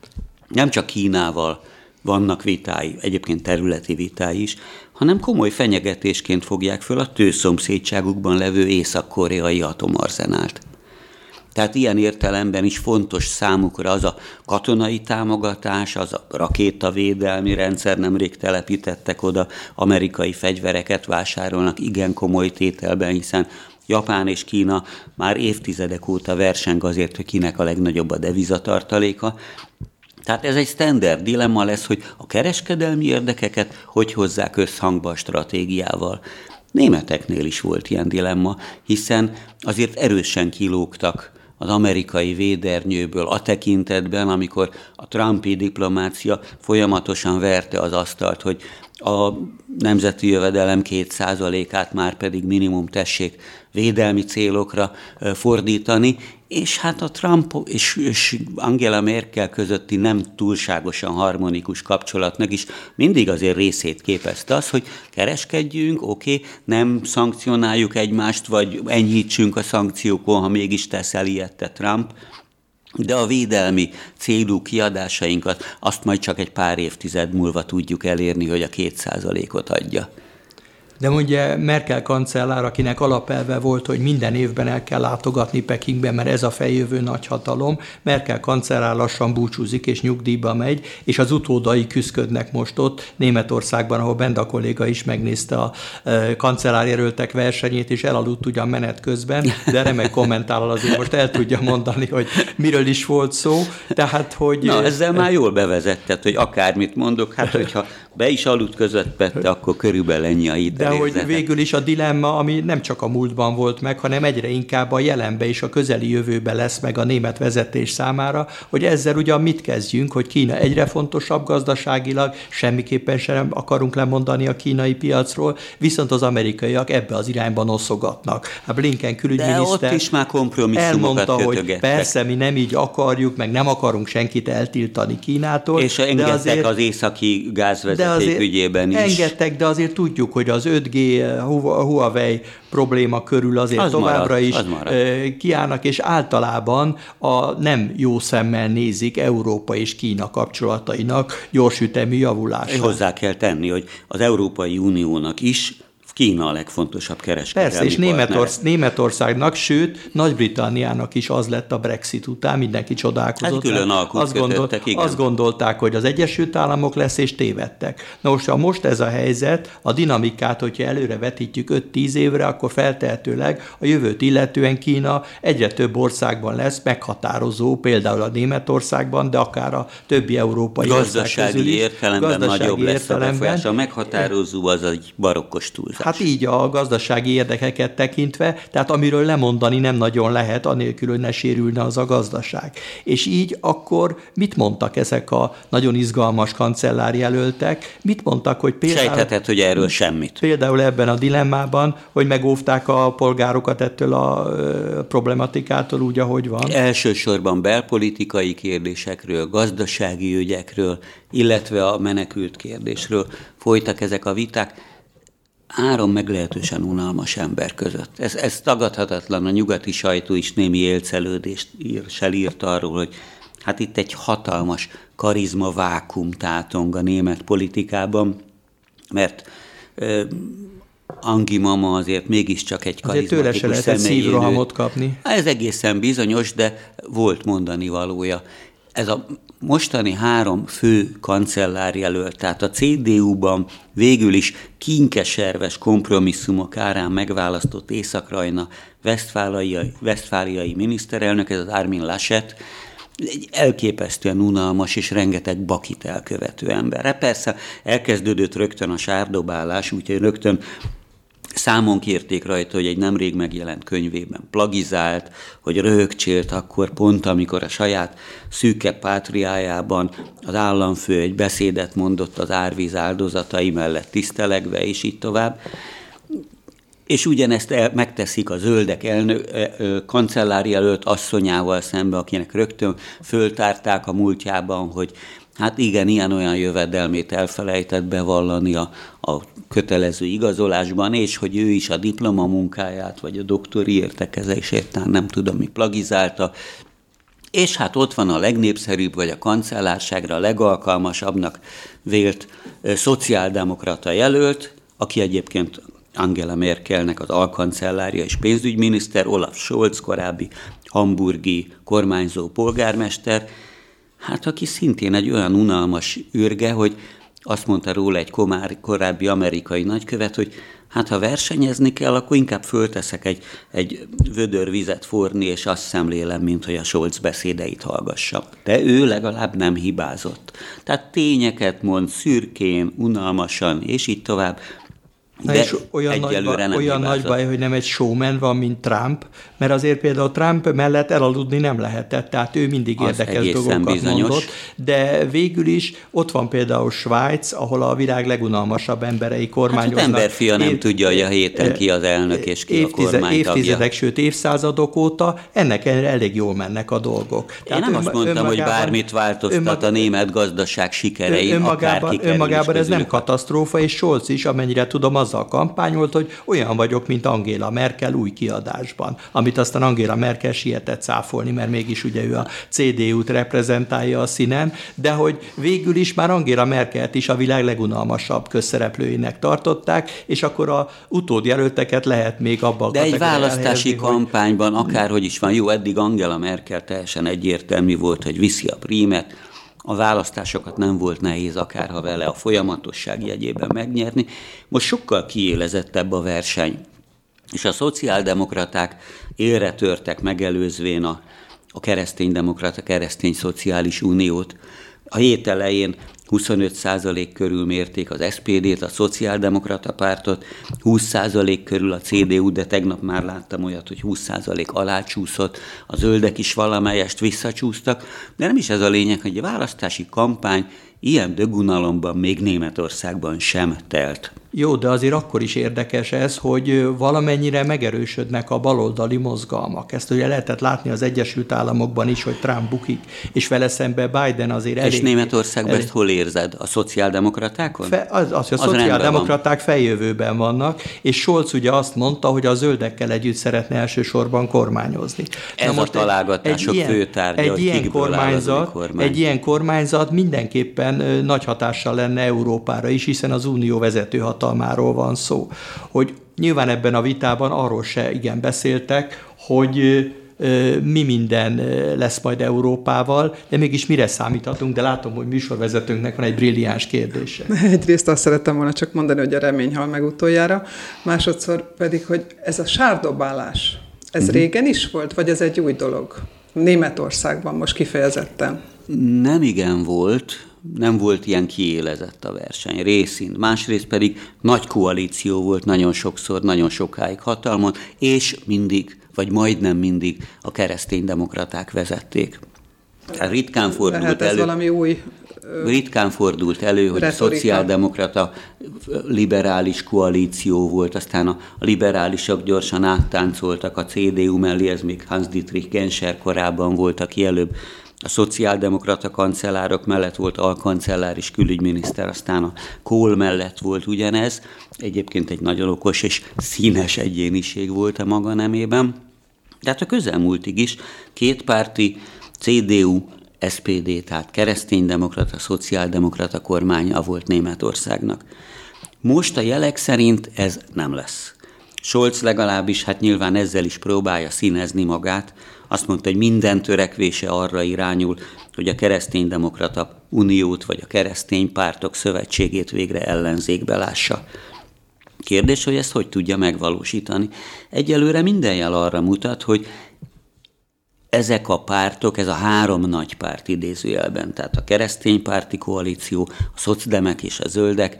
nem csak Kínával vannak vitái, egyébként területi vitái is, hanem komoly fenyegetésként fogják föl a tőszomszédságukban levő észak-koreai atomarzenált. Tehát ilyen értelemben is fontos számukra az a katonai támogatás, az a rakétavédelmi rendszer, nemrég telepítettek oda, amerikai fegyvereket vásárolnak igen komoly tételben, hiszen Japán és Kína már évtizedek óta verseng azért, hogy kinek a legnagyobb a devizatartaléka. Tehát ez egy standard dilemma lesz, hogy a kereskedelmi érdekeket hogy hozzák összhangba a stratégiával. Németeknél is volt ilyen dilemma, hiszen azért erősen kilógtak az amerikai védernyőből a tekintetben, amikor a trumpi diplomácia folyamatosan verte az asztalt, hogy a nemzeti jövedelem 2%-át már pedig minimum tessék védelmi célokra fordítani, és hát a Trump és Angela Merkel közötti nem túlságosan harmonikus kapcsolatnak is mindig azért részét képezte az, hogy kereskedjünk, oké, nem szankcionáljuk egymást, vagy enyhítsünk a szankciókon, ha mégis teszel ilyet te Trump, de a védelmi célú kiadásainkat azt majd csak egy pár évtized múlva tudjuk elérni, hogy a 2%-ot adja. De ugye Merkel kancellár, akinek alapelve volt, hogy minden évben el kell látogatni Pekingbe, mert ez a feljövő nagyhatalom, Merkel kancellár lassan búcsúzik és nyugdíjba megy, és az utódai küszködnek most ott Németországban, ahol Benda kolléga is megnézte a kancellárjelöltek versenyét, és elaludt ugyan menet közben, de remek kommentárral azért most el tudja mondani, hogy miről is volt szó. Tehát, hogy... Na, ezzel már jól bevezetted, hogy akármit mondok, hát hogyha be is aludt közvetette, akkor körülbelül ennyi a hit. De hogy végül is a dilemma, ami nem csak a múltban volt meg, hanem egyre inkább a jelenbe és a közeli jövőben lesz meg a német vezetés számára, hogy ezzel ugyan mit kezdjünk, hogy Kína egyre fontosabb gazdaságilag, semmiképpen sem akarunk lemondani a kínai piacról, viszont az amerikaiak ebbe az irányba noszogatnak. A Blinken külügyminiszter de ott is már kompromisszumokat elmondta, hogy persze mi nem így akarjuk, meg nem akarunk senkit eltiltani Kínától. És engedtek az északi gázvezeték ügyében is. Engedtek, de azért tudjuk, hogy az 5G, Huawei probléma körül azért az továbbra marad, is kiállnak, és általában a nem jó szemmel nézik Európa és Kína kapcsolatainak gyorsütemű javulását. Hozzá kell tenni, hogy az Európai Uniónak is Kína a legfontosabb kereskedelmi partnere. Persze, és Németországnak, sőt, Nagy-Britanniának is az lett a Brexit után, mindenki csodálkozott. Hát külön alkut kötöttek, igen. Azt gondolták, hogy az Egyesült Államok lesz, és tévedtek. Na most ez a helyzet, a dinamikát, hogyha előre vetítjük 5-10 évre, akkor feltehetőleg a jövőt illetően Kína egyre több országban lesz meghatározó, például a Németországban, de akár a többi európai ország közül is. Gazdasági nagyobb lesz a befolyás. A meghatározó az egy barokkos túlzás. Hát így a gazdasági érdekeket tekintve, tehát amiről lemondani nem nagyon lehet, anélkül, hogy ne sérülne az a gazdaság. És így akkor mit mondtak ezek a nagyon izgalmas kancellárjelöltek? Mit mondtak, hogy például... Sejtheted, hogy erről semmit. Például ebben a dilemmában, hogy megóvták a polgárokat ettől a problematikától úgy, ahogy van? Elsősorban belpolitikai kérdésekről, gazdasági ügyekről, illetve a menekült kérdésről folytak ezek a viták. 3 meglehetősen unalmas ember között. Ez tagadhatatlan, a nyugati sajtó is némi élcelődéssel írt arról, hogy hát itt egy hatalmas karizma vákum tátong a német politikában, mert Angi mama azért mégiscsak egy karizmatikus szívrohamot kapni. Ez egészen bizonyos, de volt mondani valója. Ez a mostani 3 fő kancellárjelölt, tehát a CDU-ban végül is kinkeserves kompromisszumok árán megválasztott Észak-Rajna vesztfáliai miniszterelnök, ez az Armin Laschet, egy elképesztően unalmas és rengeteg bakit elkövető ember. Persze elkezdődött rögtön a sárdobálás, úgyhogy rögtön számon kérték rajta, hogy egy nemrég megjelent könyvében plagizált, hogy röhögcsélt akkor pont, amikor a saját szűke pátriájában az államfő egy beszédet mondott az árvíz áldozatai mellett tisztelegve, és így tovább. És ugyanezt megteszik a zöldek kancellárjelölt asszonyával szembe, akinek rögtön föltárták a múltjában, hogy hát igen, ilyen-olyan jövedelmét elfelejtett bevallani a kötelező igazolásban, és hogy ő is a diplomamunkáját, vagy a doktori értekezését, nem tudom mi plagizálta. És hát ott van a legnépszerűbb, vagy a kancellárságra legalkalmasabbnak vélt szociáldemokrata jelölt, aki egyébként Angela Merkelnek az alkancellárja és pénzügyminiszter, Olaf Scholz, korábbi hamburgi kormányzó polgármester, hát aki szintén egy olyan unalmas űrge, hogy azt mondta róla egy korábbi amerikai nagykövet, hogy hát ha versenyezni kell, akkor inkább fölteszek egy vödör vizet forni, és azt szemlélem, mint hogy a Scholz beszédeit hallgassam. De ő legalább nem hibázott. Tehát tényeket mond szürkén, unalmasan, és így tovább. De és olyan nagy baj, hogy nem egy showman van, mint Trump, mert azért például Trump mellett elaludni nem lehetett, tehát ő mindig érdekes dolgokat mondott, de végül is ott van például Svájc, ahol a világ legunalmasabb emberei kormányoznak. Hát emberfia nem tudja, hogy a héten ki az elnök és ki a kormánytagja. Évtizedek, sőt évszázadok óta ennek elég jól mennek a dolgok. Én nem azt mondtam, hogy bármit változtat a német gazdaság sikerein, önmagában ez nem katasztrófa, és Scholz is, amennyire tudom, azzal kampányolt, hogy olyan vagyok, mint Angela Merkel új kiadásban, amit aztán Angela Merkel sietett cáfolni, mert mégis ugye ő a CDU-t reprezentálja a színen, de hogy végül is már Angela Merkelt is a világ legunalmasabb közszereplőinek tartották, és akkor a utódjelölteket lehet még abban a de egy választási kampányban, akárhogy is van, jó, eddig Angela Merkel teljesen egyértelmű volt, hogy viszi a prímet, a választásokat nem volt nehéz akárha vele a folyamatosság jegyében megnyerni. Most sokkal kiélezettebb a verseny, és a szociáldemokraták élre törtek megelőzvén a kereszténydemokrata, keresztény-szociális uniót. A hét elején 25% körül mérték az SPD-t, a szociáldemokrata pártot, 20% körül a CDU, de tegnap már láttam olyat, hogy 20% alá csúszott, a zöldek is valamelyest visszacsúsztak, de nem is ez a lényeg, hogy a választási kampány ilyen dögunalomban még Németországban sem telt. Jó, de azért akkor is érdekes ez, hogy valamennyire megerősödnek a baloldali mozgalmak. Ezt ugye lehetett látni az Egyesült Államokban is, hogy Trump bukik, és vele szemben Biden azért elég... És Németországban ezt hol érzed? A szociáldemokratákon? A szociáldemokraták feljövőben vannak, és Scholz ugye azt mondta, hogy a zöldekkel együtt szeretne elsősorban kormányozni. Ez a találgatások fő tárgya, hogy kikből áll az új kormány. Egy ilyen kormányzat mindenképpen nagy hatással lenne Európára is, hiszen az unió vezető hatalmáról van szó. Hogy nyilván ebben a vitában arról se igen beszéltek, hogy mi minden lesz majd Európával, de mégis mire számíthatunk, de látom, hogy műsorvezetőnknek van egy brilliáns kérdése. Egyrészt azt szerettem volna csak mondani, hogy a remény hal meg utoljára, másodszor pedig, hogy ez a sárdobálás, ez régen is volt, vagy ez egy új dolog? Németországban most kifejezetten. Nem igen volt, nem volt ilyen kiélezett a verseny részint. Másrészt pedig nagy koalíció volt nagyon sokszor, nagyon sokáig hatalmon, és mindig, vagy majdnem mindig a kereszténydemokraták vezették. Ritkán fordult elő, valami új ritkán fordult elő, hogy retorika. A szociáldemokrata liberális koalíció volt, aztán a liberálisok gyorsan áttáncoltak a CDU mellé, ez még Hans-Dietrich Genscher korában volt, aki előbb a szociáldemokrata kancellárok mellett volt alkancellár és külügyminiszter, aztán a Kohl mellett volt ugyanez. Egyébként egy nagyon okos és színes egyéniség volt a maga nemében. Tehát a közelmúltig is kétpárti CDU, SPD, tehát kereszténydemokrata, szociáldemokrata kormánya volt Németországnak. Most a jelek szerint ez nem lesz. Scholz legalábbis, hát nyilván ezzel is próbálja színezni magát. Azt mondta, hogy minden törekvése arra irányul, hogy a kereszténydemokrata uniót vagy a keresztény pártok szövetségét végre ellenzékbe lássa. Kérdés, hogy ezt hogy tudja megvalósítani. Egyelőre minden jel arra mutat, hogy ezek a pártok, ez a három nagy párt idézőjelben, tehát a kereszténypárti koalíció, a szocdemek és a zöldek,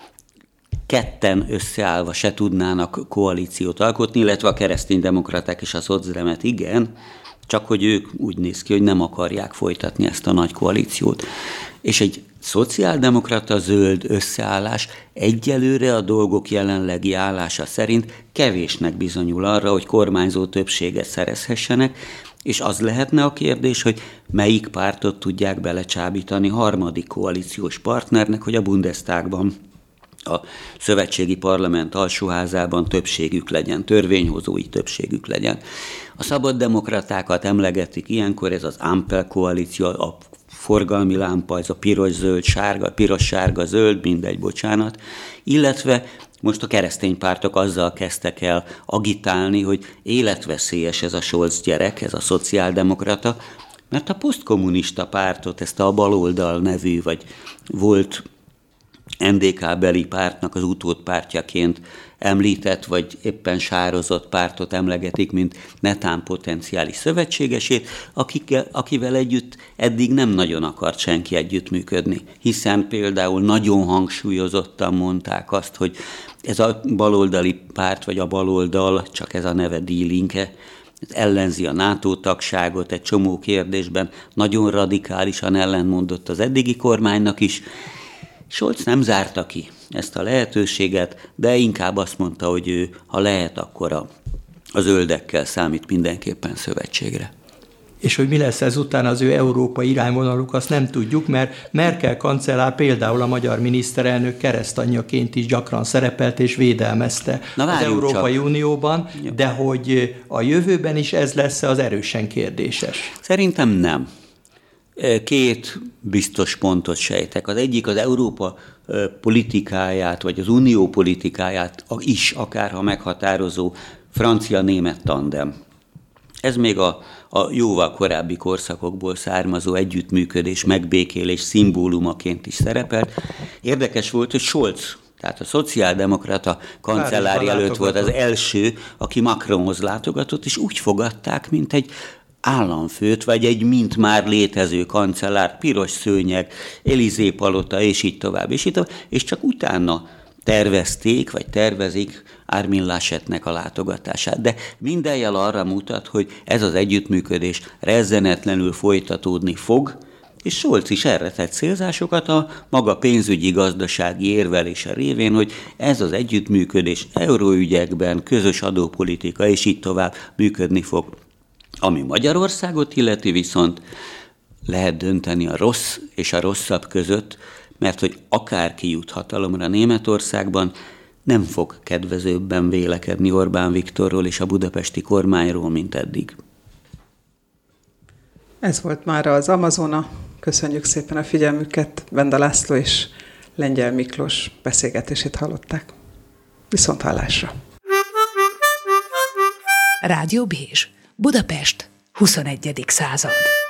ketten összeállva se tudnának koalíciót alkotni, illetve a kereszténydemokraták és a szocdemet igen, csak hogy ők úgy néz ki, hogy nem akarják folytatni ezt a nagy koalíciót. És egy szociáldemokrata zöld összeállás egyelőre a dolgok jelenlegi állása szerint kevésnek bizonyul arra, hogy kormányzó többséget szerezhessenek, és az lehetne a kérdés, hogy melyik pártot tudják belecsábítani harmadik koalíciós partnernek, hogy a Bundestagban, a szövetségi parlament alsóházában többségük legyen, törvényhozói többségük legyen. A szabaddemokratákat emlegetik ilyenkor, ez az Ampel koalíció, a forgalmi lámpa, ez a piros-zöld-sárga, piros-sárga-zöld, mindegy, bocsánat, illetve most a keresztény pártok azzal kezdtek el agitálni, hogy életveszélyes ez a Scholz gyerek, ez a szociáldemokrata, mert a posztkommunista pártot, ezt a baloldal nevű, vagy volt NDK-beli pártnak az utódpártjaként említett, vagy éppen sározott pártot emlegetik, mint netán potenciális szövetségesét, akivel együtt eddig nem nagyon akart senki együttműködni, hiszen például nagyon hangsúlyozottan mondták azt, hogy ez a baloldali párt, vagy a baloldal, csak ez a neve Die Linke, ellenzi a NATO tagságot egy csomó kérdésben, nagyon radikálisan ellentmondott az eddigi kormánynak is. Scholz nem zárta ki ezt a lehetőséget, de inkább azt mondta, hogy ő, ha lehet, akkor a zöldekkel számít mindenképpen szövetségre. És hogy mi lesz ezután az ő európai irányvonaluk, azt nem tudjuk, mert Merkel kancellár például a magyar miniszterelnök keresztanyjaként is gyakran szerepelt és védelmezte az Európai Unióban, de hogy a jövőben is ez lesz, az erősen kérdéses. Szerintem nem. Két biztos pontot sejtek. Az egyik az Európa politikáját, vagy az unió politikáját is akárha meghatározó francia-német tandem. Ez még a jóval korábbi korszakokból származó együttműködés, megbékélés szimbólumaként is szerepelt. Érdekes volt, hogy Scholz, tehát a szociáldemokrata kancellárjelölt volt az első, aki Macronhoz látogatott, és úgy fogadták, mint egy államfőt, vagy egy mint már létező kancellár, piros szőnyeg, Élysée palota, és így tovább, és csak utána tervezték, vagy tervezik Armin Laschetnek a látogatását. De minden jel arra mutat, hogy ez az együttműködés rezzenetlenül folytatódni fog, és Scholz is erre tett célzásokat a maga pénzügyi gazdasági érvelése révén, hogy ez az együttműködés euróügyekben, közös adópolitika és így tovább működni fog. Ami Magyarországot illeti viszont lehet dönteni a rossz és a rosszabb között, mert hogy akárki jut hatalomra Németországban, nem fog kedvezőbben vélekedni Orbán Viktorról és a budapesti kormányról, mint eddig. Ez volt már az Amazona. Köszönjük szépen a figyelmüket. Benda László és Lengyel Miklós beszélgetését hallották. Viszonthallásra! Rádió Bézs, Budapest, 21. század.